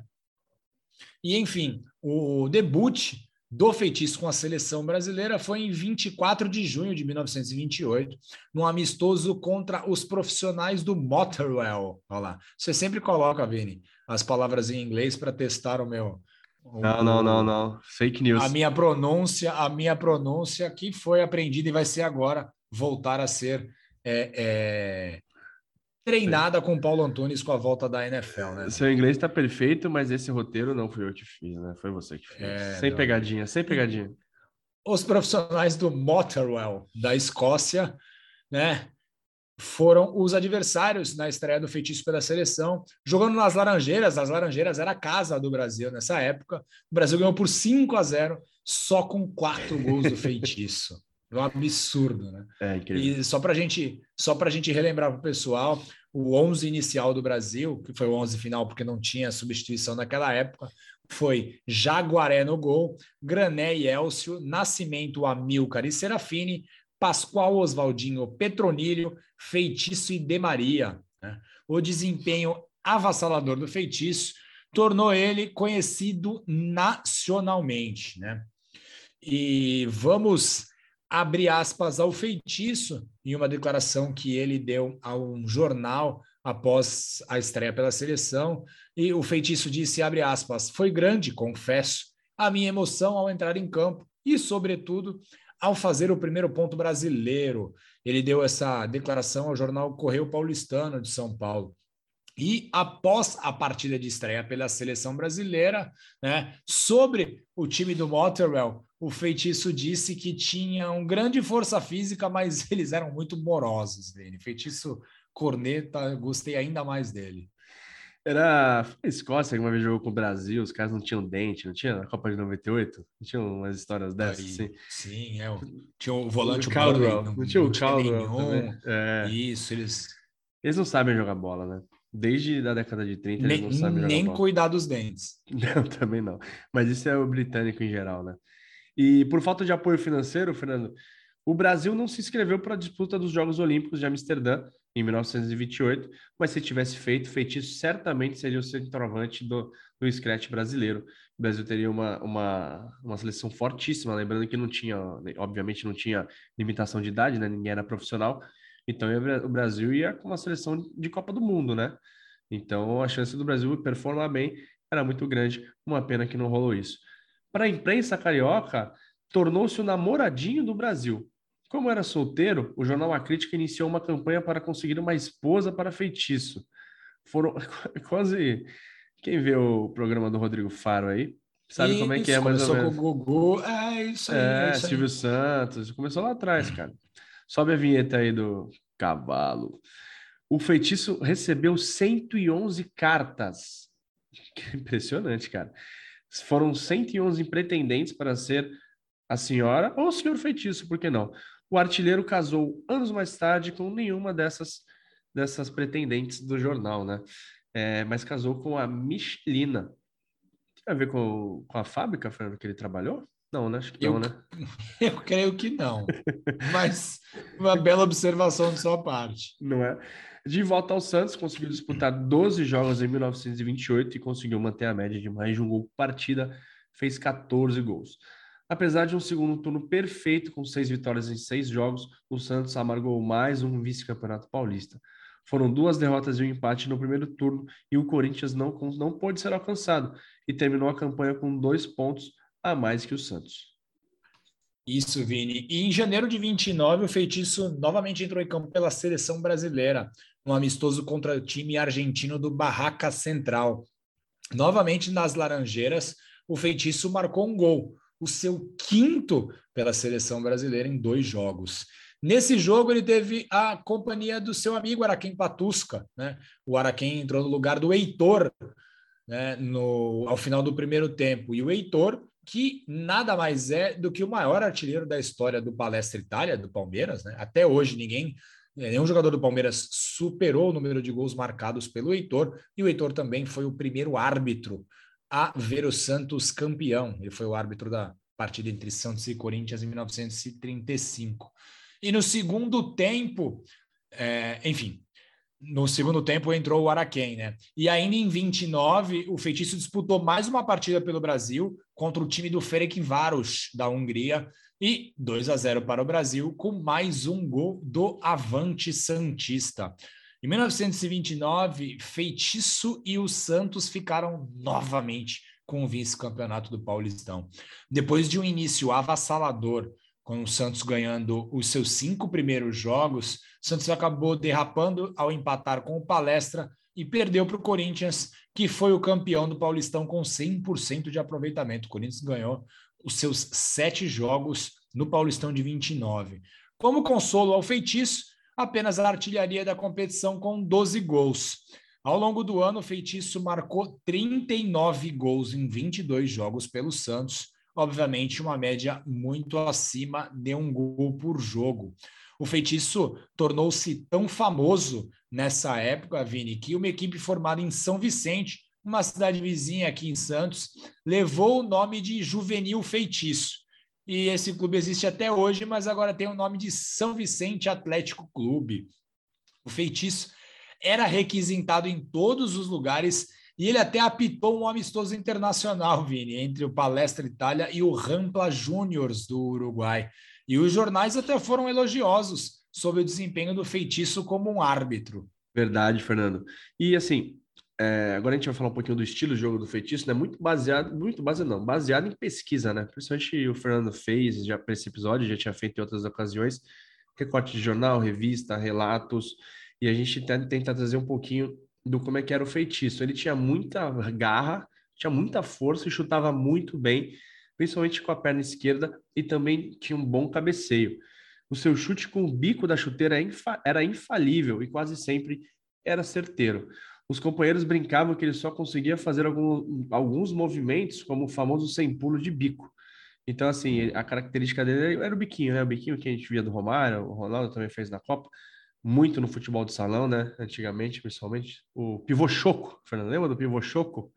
Speaker 2: E, enfim, o debut do Feitiço com a seleção brasileira foi em vinte e quatro de junho de mil novecentos e vinte e oito, num amistoso contra os profissionais do Motherwell. Olha lá. Você sempre coloca, Vini, as palavras em inglês para testar o meu... O,
Speaker 1: não, não, não, não. Fake news.
Speaker 2: A minha pronúncia, a minha pronúncia que foi aprendida e vai ser agora voltar a ser é, é, treinada com o Paulo Antunes com a volta da N F L, né?
Speaker 1: Seu inglês está perfeito, mas esse roteiro não fui eu que fiz, né? Foi você que fez. É, sem pegadinha, sem pegadinha.
Speaker 2: Os profissionais do Motherwell, da Escócia, né, foram os adversários na estreia do Feitiço pela seleção, jogando nas Laranjeiras. As Laranjeiras era a casa do Brasil nessa época. O Brasil ganhou por cinco a zero, só com quatro gols do Feitiço. É um absurdo, né?
Speaker 1: É incrível.
Speaker 2: E só para gente, só para a gente relembrar para o pessoal, o onze inicial do Brasil, que foi o onze final porque não tinha substituição naquela época, foi Jaguaré no gol, Grané e Elcio, Nascimento, Amilcar e Serafini, Pascoal, Oswaldinho, Petronílio, Feitiço e De Maria. Né? O desempenho avassalador do Feitiço tornou ele conhecido nacionalmente. Né? E vamos abrir aspas ao Feitiço em uma declaração que ele deu a um jornal após a estreia pela seleção. E o Feitiço disse, abre aspas, foi grande, confesso, a minha emoção ao entrar em campo e, sobretudo, ao fazer o primeiro ponto brasileiro. Ele deu essa declaração ao jornal Correio Paulistano de São Paulo. E após a partida de estreia pela seleção brasileira, né, sobre o time do Motherwell, o Feitiço disse que tinha um grande força física, mas eles eram muito morosos dele. Feitiço corneta, gostei ainda mais dele.
Speaker 1: Era a Escócia que uma vez jogou com o Brasil, os caras não tinham dente, não tinha? Na Copa de noventa e oito? Não tinha umas histórias dessas,
Speaker 2: Aí,
Speaker 1: assim?
Speaker 2: sim, é, o, tinha o volante
Speaker 1: O
Speaker 2: o Burley,
Speaker 1: Caldwell,
Speaker 2: não,
Speaker 1: não tinha
Speaker 2: não
Speaker 1: o
Speaker 2: tinha
Speaker 1: Caldwell também?
Speaker 2: nenhum.
Speaker 1: É.
Speaker 2: Isso, eles
Speaker 1: Eles não sabem jogar bola, né? Desde a década de trinta eles
Speaker 2: nem,
Speaker 1: não sabem jogar
Speaker 2: nem
Speaker 1: bola.
Speaker 2: cuidar dos dentes.
Speaker 1: Não, também não. Mas isso é o britânico em geral, né? E por falta de apoio financeiro, Fernando, o Brasil não se inscreveu para a disputa dos Jogos Olímpicos de Amsterdã em mil novecentos e vinte e oito, mas se tivesse feito, Feitiço certamente seria o centroavante do, do Scratch brasileiro. O Brasil teria uma, uma, uma seleção fortíssima, lembrando que não tinha, obviamente não tinha limitação de idade, né? Ninguém era profissional, então o Brasil ia com uma seleção de Copa do Mundo, né? Então a chance do Brasil performar bem era muito grande, uma pena que não rolou isso. Para a imprensa carioca, tornou-se o namoradinho do Brasil. Como era solteiro, o jornal A Crítica iniciou uma campanha para conseguir uma esposa para Feitiço. Foram quase... Quem vê o programa do Rodrigo Faro aí, sabe como é que é,
Speaker 2: Isso,
Speaker 1: mais ou
Speaker 2: começou com o
Speaker 1: menos.
Speaker 2: Gugu. É isso aí, é
Speaker 1: É,
Speaker 2: isso
Speaker 1: Silvio
Speaker 2: aí.
Speaker 1: Santos, começou lá atrás, cara. Sobe a vinheta aí do cavalo. O Feitiço recebeu cento e onze cartas. Que impressionante, cara. Foram cento e onze pretendentes para ser a senhora ou o senhor Feitiço, por que não? O artilheiro casou anos mais tarde com nenhuma dessas, dessas pretendentes do jornal, né? É, mas casou com a Michelina. Tem a ver com, com a fábrica, Fernando, que ele trabalhou? Não, né? Acho que não,
Speaker 2: Eu,
Speaker 1: né?
Speaker 2: eu creio que não, mas uma bela observação de sua parte.
Speaker 1: Não é? De volta ao Santos, conseguiu disputar doze jogos em mil novecentos e vinte e oito e conseguiu manter a média de mais de um gol por partida, fez quatorze gols. Apesar de um segundo turno perfeito, com seis vitórias em seis jogos, o Santos amargou mais um vice-campeonato paulista. Foram duas derrotas e um empate no primeiro turno e o Corinthians não, não pôde ser alcançado e terminou a campanha com dois pontos a mais que o Santos.
Speaker 2: Isso, Vini. E em janeiro de vinte e nove, o Feitiço novamente entrou em campo pela seleção brasileira, um amistoso contra o time argentino do Barraca Central. Novamente nas Laranjeiras, o Feitiço marcou um gol, o seu quinto pela seleção brasileira em dois jogos. Nesse jogo, ele teve a companhia do seu amigo Araquém Patusca, né? O Araquém entrou no lugar do Heitor, né, no, ao final do primeiro tempo. E o Heitor, que nada mais é do que o maior artilheiro da história do Palestra Itália, do Palmeiras, né? Até hoje, ninguém, nenhum jogador do Palmeiras superou o número de gols marcados pelo Heitor, e o Heitor também foi o primeiro árbitro a ver o Santos campeão. Ele foi o árbitro da partida entre Santos e Corinthians em mil novecentos e trinta e cinco. E no segundo tempo, é, enfim, no segundo tempo entrou o Araquém, né? E ainda em vinte e nove, o Feitiço disputou mais uma partida pelo Brasil contra o time do Ferencváros da Hungria e dois a zero para o Brasil, com mais um gol do Avante Santista. Em mil novecentos e vinte e nove, Feitiço e o Santos ficaram novamente com o vice-campeonato do Paulistão. Depois de um início avassalador, com o Santos ganhando os seus cinco primeiros jogos, o Santos acabou derrapando ao empatar com o Palestra e perdeu para o Corinthians, que foi o campeão do Paulistão com cem por cento de aproveitamento. O Corinthians ganhou os seus sete jogos no Paulistão de vinte e nove. Como consolo ao Feitiço, apenas a artilharia da competição com doze gols. Ao longo do ano, o Feitiço marcou trinta e nove gols em vinte e dois jogos pelo Santos, obviamente uma média muito acima de um gol por jogo. O Feitiço tornou-se tão famoso nessa época, Vini, que uma equipe formada em São Vicente, uma cidade vizinha aqui em Santos, levou o nome de Juvenil Feitiço. E esse clube existe até hoje, mas agora tem o nome de São Vicente Atlético Clube. O Feitiço era requisitado em todos os lugares e ele até apitou um amistoso internacional, Vini, entre o Palestra Itália e o Rampla Juniors do Uruguai. E os jornais até foram elogiosos sobre o desempenho do Feitiço como um árbitro.
Speaker 1: Verdade, Fernando. E assim, É, agora a gente vai falar um pouquinho do estilo de jogo do Feitiço, né? Muito baseado, muito baseado não, baseado em pesquisa, né? Principalmente o Fernando fez já para esse episódio, já tinha feito em outras ocasiões, recorte de jornal, revista, relatos, e a gente tenta, tenta trazer um pouquinho do como é que era o Feitiço. Ele tinha muita garra, tinha muita força e chutava muito bem, principalmente com a perna esquerda, e também tinha um bom cabeceio. O seu chute com o bico da chuteira era infalível e quase sempre era certeiro. Os companheiros brincavam que ele só conseguia fazer algum, alguns movimentos, como o famoso sem pulo de bico. Então, assim, a característica dele era o biquinho, né? O biquinho que a gente via do Romário, o Ronaldo também fez na Copa, muito no futebol de salão, né? Antigamente, principalmente. O pivô choco, Fernando, lembra do pivô choco?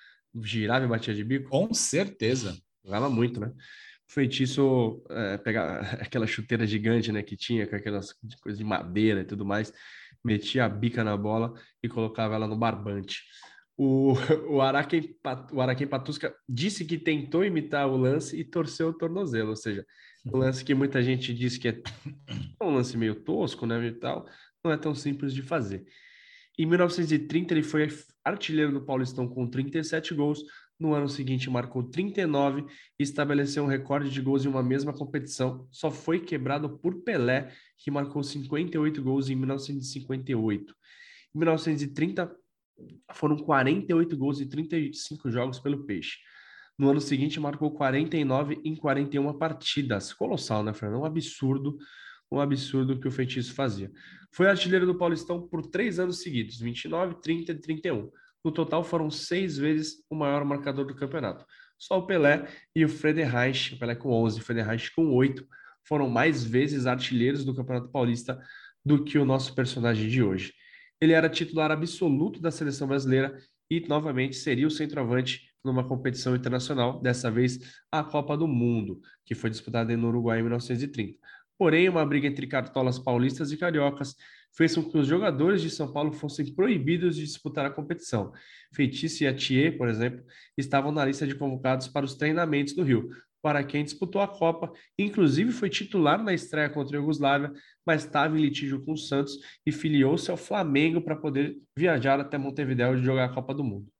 Speaker 1: Girava e batia de bico?
Speaker 2: Com certeza.
Speaker 1: Jogava muito, né? O Feitiço, é, pegar aquela chuteira gigante, né, que tinha, com aquelas coisas de madeira e tudo mais, metia a bica na bola e colocava ela no barbante. O, o, Araquém, o Araquém Patusca disse que tentou imitar o lance e torceu o tornozelo, ou seja, um lance que muita gente diz que é um lance meio tosco, né, e tal, não é tão simples de fazer. Em mil novecentos e trinta, ele foi artilheiro do Paulistão com trinta e sete gols. No ano seguinte, marcou trinta e nove e estabeleceu um recorde de gols em uma mesma competição. Só foi quebrado por Pelé, que marcou cinquenta e oito gols em mil novecentos e cinquenta e oito. Em mil novecentos e trinta, foram quarenta e oito gols em trinta e cinco jogos pelo Peixe. No ano seguinte, marcou quarenta e nove em quarenta e uma partidas. Colossal, né, Fernando? Um absurdo, um absurdo que o Feitiço fazia. Foi artilheiro do Paulistão por três anos seguidos, vinte e nove, trinta e trinta e um. No total, foram seis vezes o maior marcador do campeonato. Só o Pelé e o Friedenreich, o Pelé com onze, o Friedenreich com oito, foram mais vezes artilheiros do Campeonato Paulista do que o nosso personagem de hoje. Ele era titular absoluto da seleção brasileira e, novamente, seria o centroavante numa competição internacional, dessa vez a Copa do Mundo, que foi disputada no Uruguai em mil novecentos e trinta. Porém, uma briga entre cartolas paulistas e cariocas fez com que os jogadores de São Paulo fossem proibidos de disputar a competição. Feitiço e Atier, por exemplo, estavam na lista de convocados para os treinamentos do Rio, para quem disputou a Copa, inclusive foi titular na estreia contra a Iugoslávia, mas estava em litígio com o Santos e filiou-se ao Flamengo para poder viajar até Montevidéu e jogar a Copa do Mundo.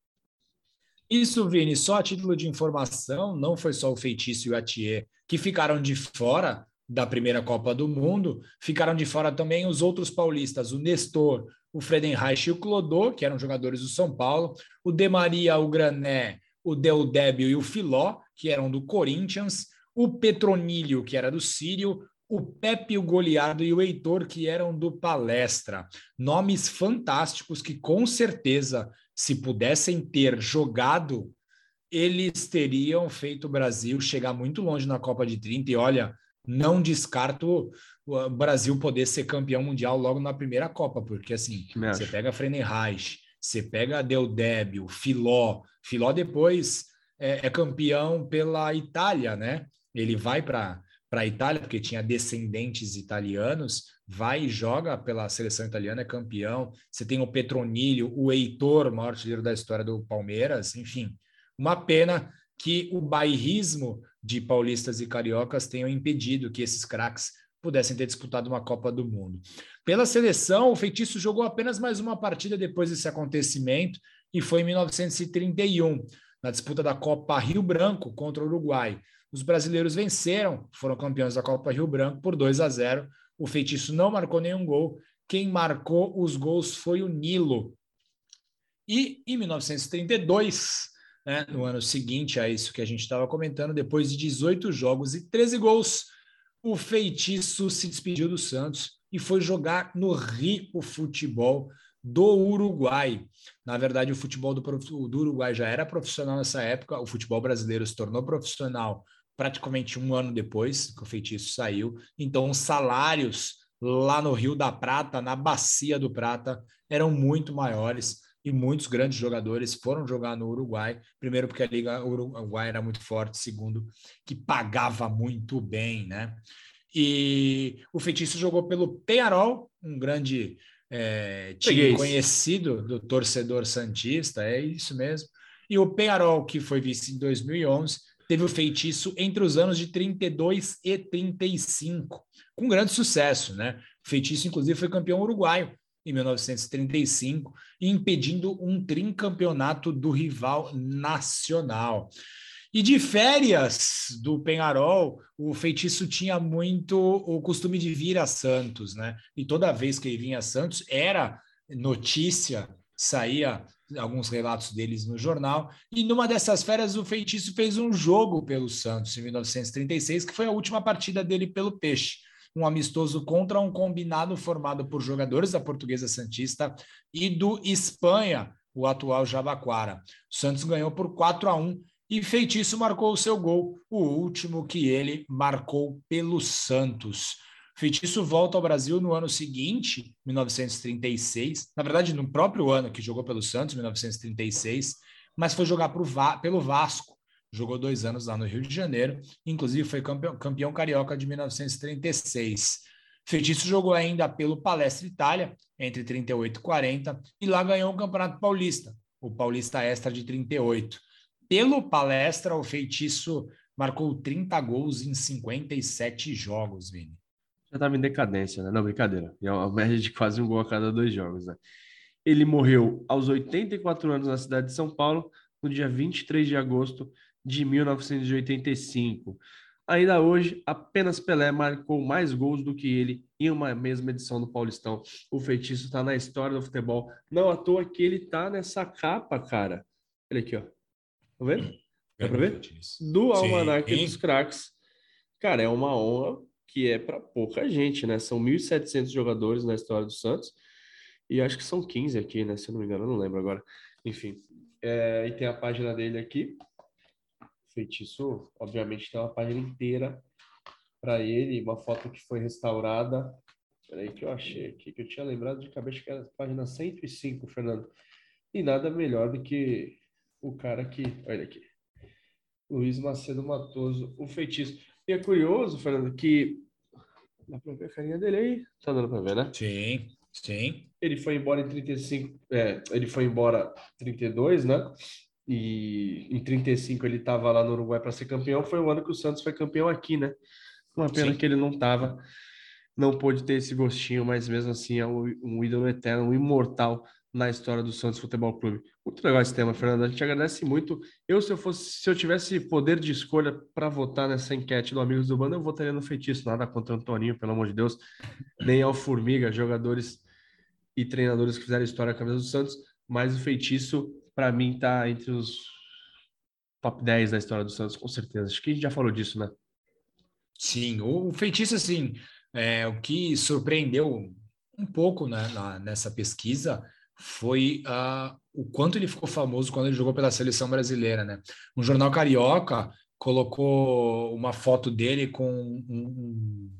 Speaker 2: Isso, Vini, só a título de informação, não foi só o Feitiço e o Atier que ficaram de fora da primeira Copa do Mundo, ficaram de fora também os outros paulistas, o Nestor, o Friedenreich e o Clodô, que eram jogadores do São Paulo, o De Maria, o Grané, o Deudébio e o Filó, que eram do Corinthians, o Petronílio, que era do Sírio, o Pepe, o Goliardo e o Heitor, que eram do Palestra. Nomes fantásticos que, com certeza, se pudessem ter jogado, eles teriam feito o Brasil chegar muito longe na Copa de trinta. E olha, não descarto o Brasil poder ser campeão mundial logo na primeira Copa, porque assim, você pega Friedenreich, você pega Deudébio, Filó, Filó depois é, é campeão pela Itália, né? Ele vai para para a Itália, porque tinha descendentes italianos, vai e joga pela seleção italiana, é campeão. Você tem o Petronílio, o Heitor, o maior artilheiro da história do Palmeiras, enfim. Uma pena que o bairrismo de paulistas e cariocas tenham impedido que esses craques pudessem ter disputado uma Copa do Mundo. Pela seleção, o Feitiço jogou apenas mais uma partida depois desse acontecimento, e foi em mil novecentos e trinta e um, na disputa da Copa Rio Branco contra o Uruguai. Os brasileiros venceram, foram campeões da Copa Rio Branco por dois a zero. O Feitiço não marcou nenhum gol. Quem marcou os gols foi o Nilo. E em mil novecentos e trinta e dois, né, no ano seguinte a isso que a gente estava comentando, depois de dezoito jogos e treze gols, o Feitiço se despediu do Santos e foi jogar no Rico Futebol do Uruguai. Na verdade, o futebol do, do Uruguai já era profissional nessa época, o futebol brasileiro se tornou profissional praticamente um ano depois que o Feitiço saiu. Então, os salários lá no Rio da Prata, na Bacia do Prata, eram muito maiores e muitos grandes jogadores foram jogar no Uruguai. Primeiro, porque a Liga Uruguai era muito forte. Segundo, que pagava muito bem, né? E o Feitiço jogou pelo Peñarol, um grande é, time conhecido do torcedor santista, é isso mesmo. E o Peñarol, que foi vice em dois mil e onze, teve o Feitiço entre os anos de trinta e dois e trinta e cinco, com grande sucesso, né? O Feitiço, inclusive, foi campeão uruguaio em mil novecentos e trinta e cinco, impedindo um tricampeonato do rival nacional. E de férias do Peñarol, o Feitiço tinha muito o costume de vir a Santos, né? E toda vez que ele vinha a Santos, era notícia, saía alguns relatos deles no jornal. E numa dessas férias, o Feitiço fez um jogo pelo Santos, em mil novecentos e trinta e seis, que foi a última partida dele pelo Peixe. Um amistoso contra um combinado formado por jogadores da Portuguesa Santista e do Espanha, o atual Jabaquara. O Santos ganhou por quatro a um. E Feitiço marcou o seu gol, o último que ele marcou pelo Santos. Feitiço volta ao Brasil no ano seguinte, mil novecentos e trinta e seis, na verdade no próprio ano que jogou pelo Santos, mil novecentos e trinta e seis, mas foi jogar pro Va- pelo Vasco, jogou dois anos lá no Rio de Janeiro, inclusive foi campeão, campeão carioca de mil novecentos e trinta e seis. Feitiço jogou ainda pelo Palestra Itália, entre trinta e oito e quarenta, e lá ganhou o Campeonato Paulista, o Paulista Extra de trinta e oito. Pelo Palestra, o Feitiço marcou trinta gols em cinquenta e sete jogos, Vini.
Speaker 1: Já estava em decadência, né? Não, brincadeira. É uma média de quase um gol a cada dois jogos, né? Ele morreu aos oitenta e quatro anos na cidade de São Paulo, no dia vinte e três de agosto de mil novecentos e oitenta e cinco. Ainda hoje, apenas Pelé marcou mais gols do que ele em uma mesma edição do Paulistão. O Feitiço está na história do futebol. Não à toa que ele está nessa capa, cara. Olha aqui, ó. Tá vendo? Dá pra ver? Do Almanaque dos Craques. Cara, é uma honra que é para pouca gente, né? São mil e setecentos jogadores na história do Santos. E acho que são quinze aqui, né? Se eu não me engano, eu não lembro agora. Enfim. É, e tem a página dele aqui. Feitiço, obviamente, tem uma página inteira para ele. Uma foto que foi restaurada. Peraí que eu achei aqui, que eu tinha lembrado de cabeça que era a página cento e cinco, Fernando. E nada melhor do que o cara que... Olha aqui. Luiz Macedo Matoso, o Feitiço. E é curioso, Fernando, que... Dá pra ver a carinha dele aí? Tá dando pra ver, né?
Speaker 2: Sim, sim.
Speaker 1: Ele foi embora em trinta e cinco... É, ele foi embora em trinta e dois, né? E em trinta e cinco ele estava lá no Uruguai para ser campeão. Foi o ano que o Santos foi campeão aqui, né? Uma pena
Speaker 2: Sim.
Speaker 1: que ele não estava... Não pôde ter esse gostinho, mas mesmo assim é um, um ídolo eterno, um imortal na história do Santos Futebol Clube. Muito legal esse tema, Fernando. A gente agradece muito. Eu, se eu fosse, se eu tivesse poder de escolha para votar nessa enquete do Amigos do Bando, eu votaria no Feitiço. Nada contra o Antoninho, pelo amor de Deus, nem ao Formiga, jogadores e treinadores que fizeram história com a camisa do Santos, mas o Feitiço, para mim, está entre os top dez da história do Santos, com certeza. Acho que a gente já falou disso, né?
Speaker 2: Sim, o Feitiço, assim, é, o que surpreendeu um pouco, né, na, nessa pesquisa foi uh, o quanto ele ficou famoso quando ele jogou pela seleção brasileira, né? Um jornal carioca colocou uma foto dele com um,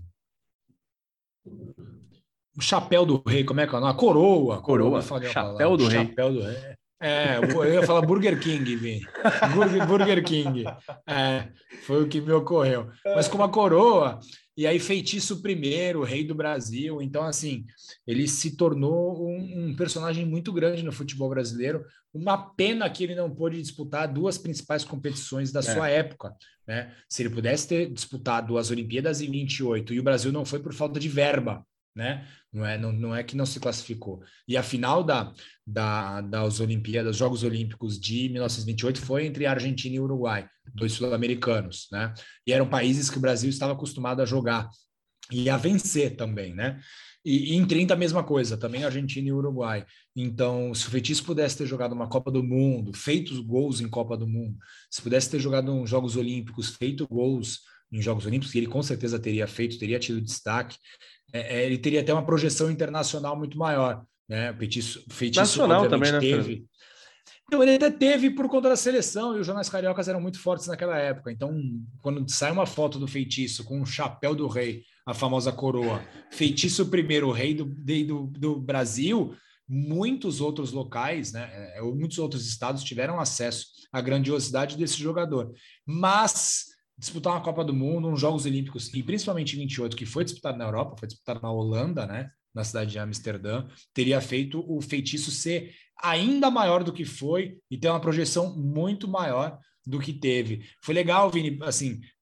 Speaker 2: um, um chapéu do rei, como é que é? Uma coroa.
Speaker 1: Coroa,
Speaker 2: coroa
Speaker 1: chapéu do rei.
Speaker 2: Chapéu do rei. É, eu ia falar Burger King, Vini. Burger, Burger King. É, foi o que me ocorreu. Mas com uma coroa, e aí Feitiço primeiro, rei do Brasil. Então, assim, ele se tornou um, um personagem muito grande no futebol brasileiro. Uma pena que ele não pôde disputar duas principais competições da sua
Speaker 1: É.
Speaker 2: época, né? Se ele pudesse ter disputado as Olimpíadas em vinte e oito, e o Brasil não foi por falta de verba, né? Não é, não, não é que não se classificou. E a final da, da, das Olimpíadas, Jogos Olímpicos de mil novecentos e vinte e oito foi entre Argentina e Uruguai, dois sul-americanos, né? E eram países que o Brasil estava acostumado a jogar e a vencer também, né? E, e em trinta a mesma coisa, também Argentina e Uruguai. Então, se o Feitiço pudesse ter jogado uma Copa do Mundo, feito gols em Copa do Mundo, se pudesse ter jogado uns Jogos Olímpicos, feito gols em Jogos Olímpicos, que ele com certeza teria feito, teria tido destaque, é, ele teria até uma projeção internacional muito maior, né? O Feitiço, Feitiço
Speaker 1: Nacional também, né,
Speaker 2: teve.
Speaker 1: Fernando?
Speaker 2: Então, ele até teve por conta da seleção, e os jornais cariocas eram muito fortes naquela época. Então, quando sai uma foto do Feitiço com o chapéu do rei, a famosa coroa, Feitiço primeiro, rei do, do, do Brasil, muitos outros locais, né, muitos outros estados tiveram acesso à grandiosidade desse jogador. Mas disputar uma Copa do Mundo, uns Jogos Olímpicos, e principalmente em vinte e oito, que foi disputado na Europa, foi disputado na Holanda, né, na cidade de Amsterdã, teria feito o Feitiço ser ainda maior do que foi e ter uma projeção muito maior do que teve. Foi legal, Vini, assim,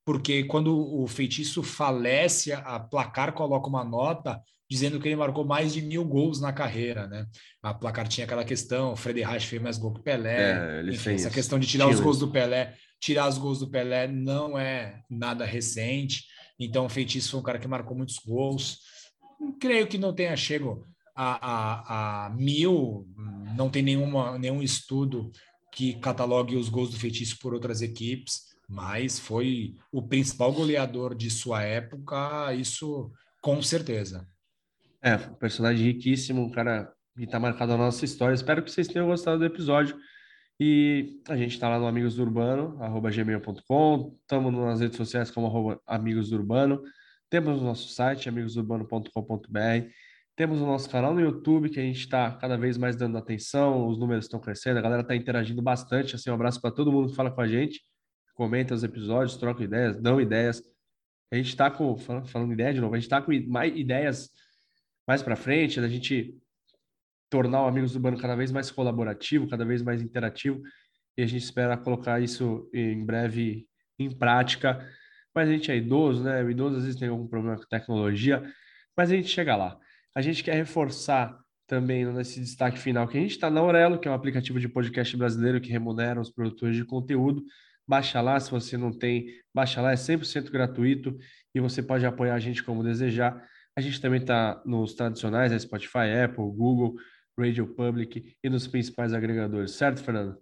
Speaker 2: porque quando o Feitiço falece, a Placar coloca uma nota dizendo que ele marcou mais de mil gols na carreira, né? A Placar tinha aquela questão, o Fredi Reich fez mais gol que o Pelé,
Speaker 1: É, eles
Speaker 2: enfim,
Speaker 1: têm
Speaker 2: essa
Speaker 1: isso.
Speaker 2: questão de tirar os
Speaker 1: Tinham
Speaker 2: gols
Speaker 1: isso.
Speaker 2: do Pelé, tirar os gols do Pelé não é nada recente, então o Feitiço foi um cara que marcou muitos gols. Creio que não tenha chego a, a, a mil, não tem nenhuma, nenhum estudo que catalogue os gols do Feitiço por outras equipes, mas foi o principal goleador de sua época, isso com certeza.
Speaker 1: É, um personagem riquíssimo, um cara que tá marcado na nossa história. Espero que vocês tenham gostado do episódio. E a gente tá lá no Amigos do Urbano, arroba gmail ponto com. Estamos nas redes sociais como arroba Amigos do Urbano. Temos o nosso site, amigos urbano ponto com ponto b r. Temos o nosso canal no YouTube, que a gente está cada vez mais dando atenção, os números estão crescendo, a galera está interagindo bastante. Assim, um abraço para todo mundo que fala com a gente, comenta os episódios, troca ideias, dão ideias. A gente está com, falando, falando ideia de novo, a gente está com mais ideias mais para frente, da gente tornar o Amigos do Urbano cada vez mais colaborativo, cada vez mais interativo, e a gente espera colocar isso em breve em prática. Mas a gente é idoso, né? O idoso às vezes tem algum problema com tecnologia, mas a gente chega lá. A gente quer reforçar também nesse destaque final que a gente está na Aurelo, que é um aplicativo de podcast brasileiro que remunera os produtores de conteúdo. Baixa lá, se você não tem, baixa lá, é cem por cento gratuito e você pode apoiar a gente como desejar. A gente também está nos tradicionais, né? Spotify, Apple, Google, Radio Public e nos principais agregadores, certo, Fernando?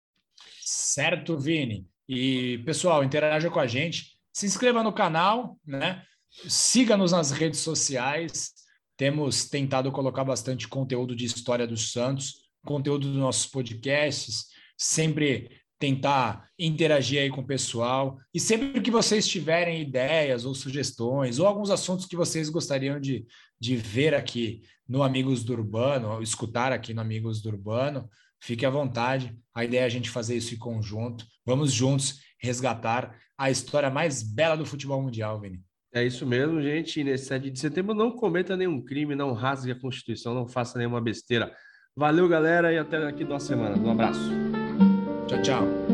Speaker 2: Certo, Vini. E, pessoal, interaja com a gente, se inscreva no canal, né? Siga-nos nas redes sociais. Temos tentado colocar bastante conteúdo de história do Santos, conteúdo dos nossos podcasts, sempre tentar interagir aí com o pessoal. E sempre que vocês tiverem ideias ou sugestões, ou alguns assuntos que vocês gostariam de, de ver aqui no Amigos do Urbano, ou escutar aqui no Amigos do Urbano, fique à vontade. A ideia é a gente fazer isso em conjunto. Vamos juntos resgatar a história mais bela do futebol mundial, Vini.
Speaker 1: É isso mesmo, gente. E nesse sete de setembro, não cometa nenhum crime, não rasgue a Constituição, não faça nenhuma besteira. Valeu, galera, e até daqui duas semanas. Um abraço.
Speaker 2: Tchau, tchau.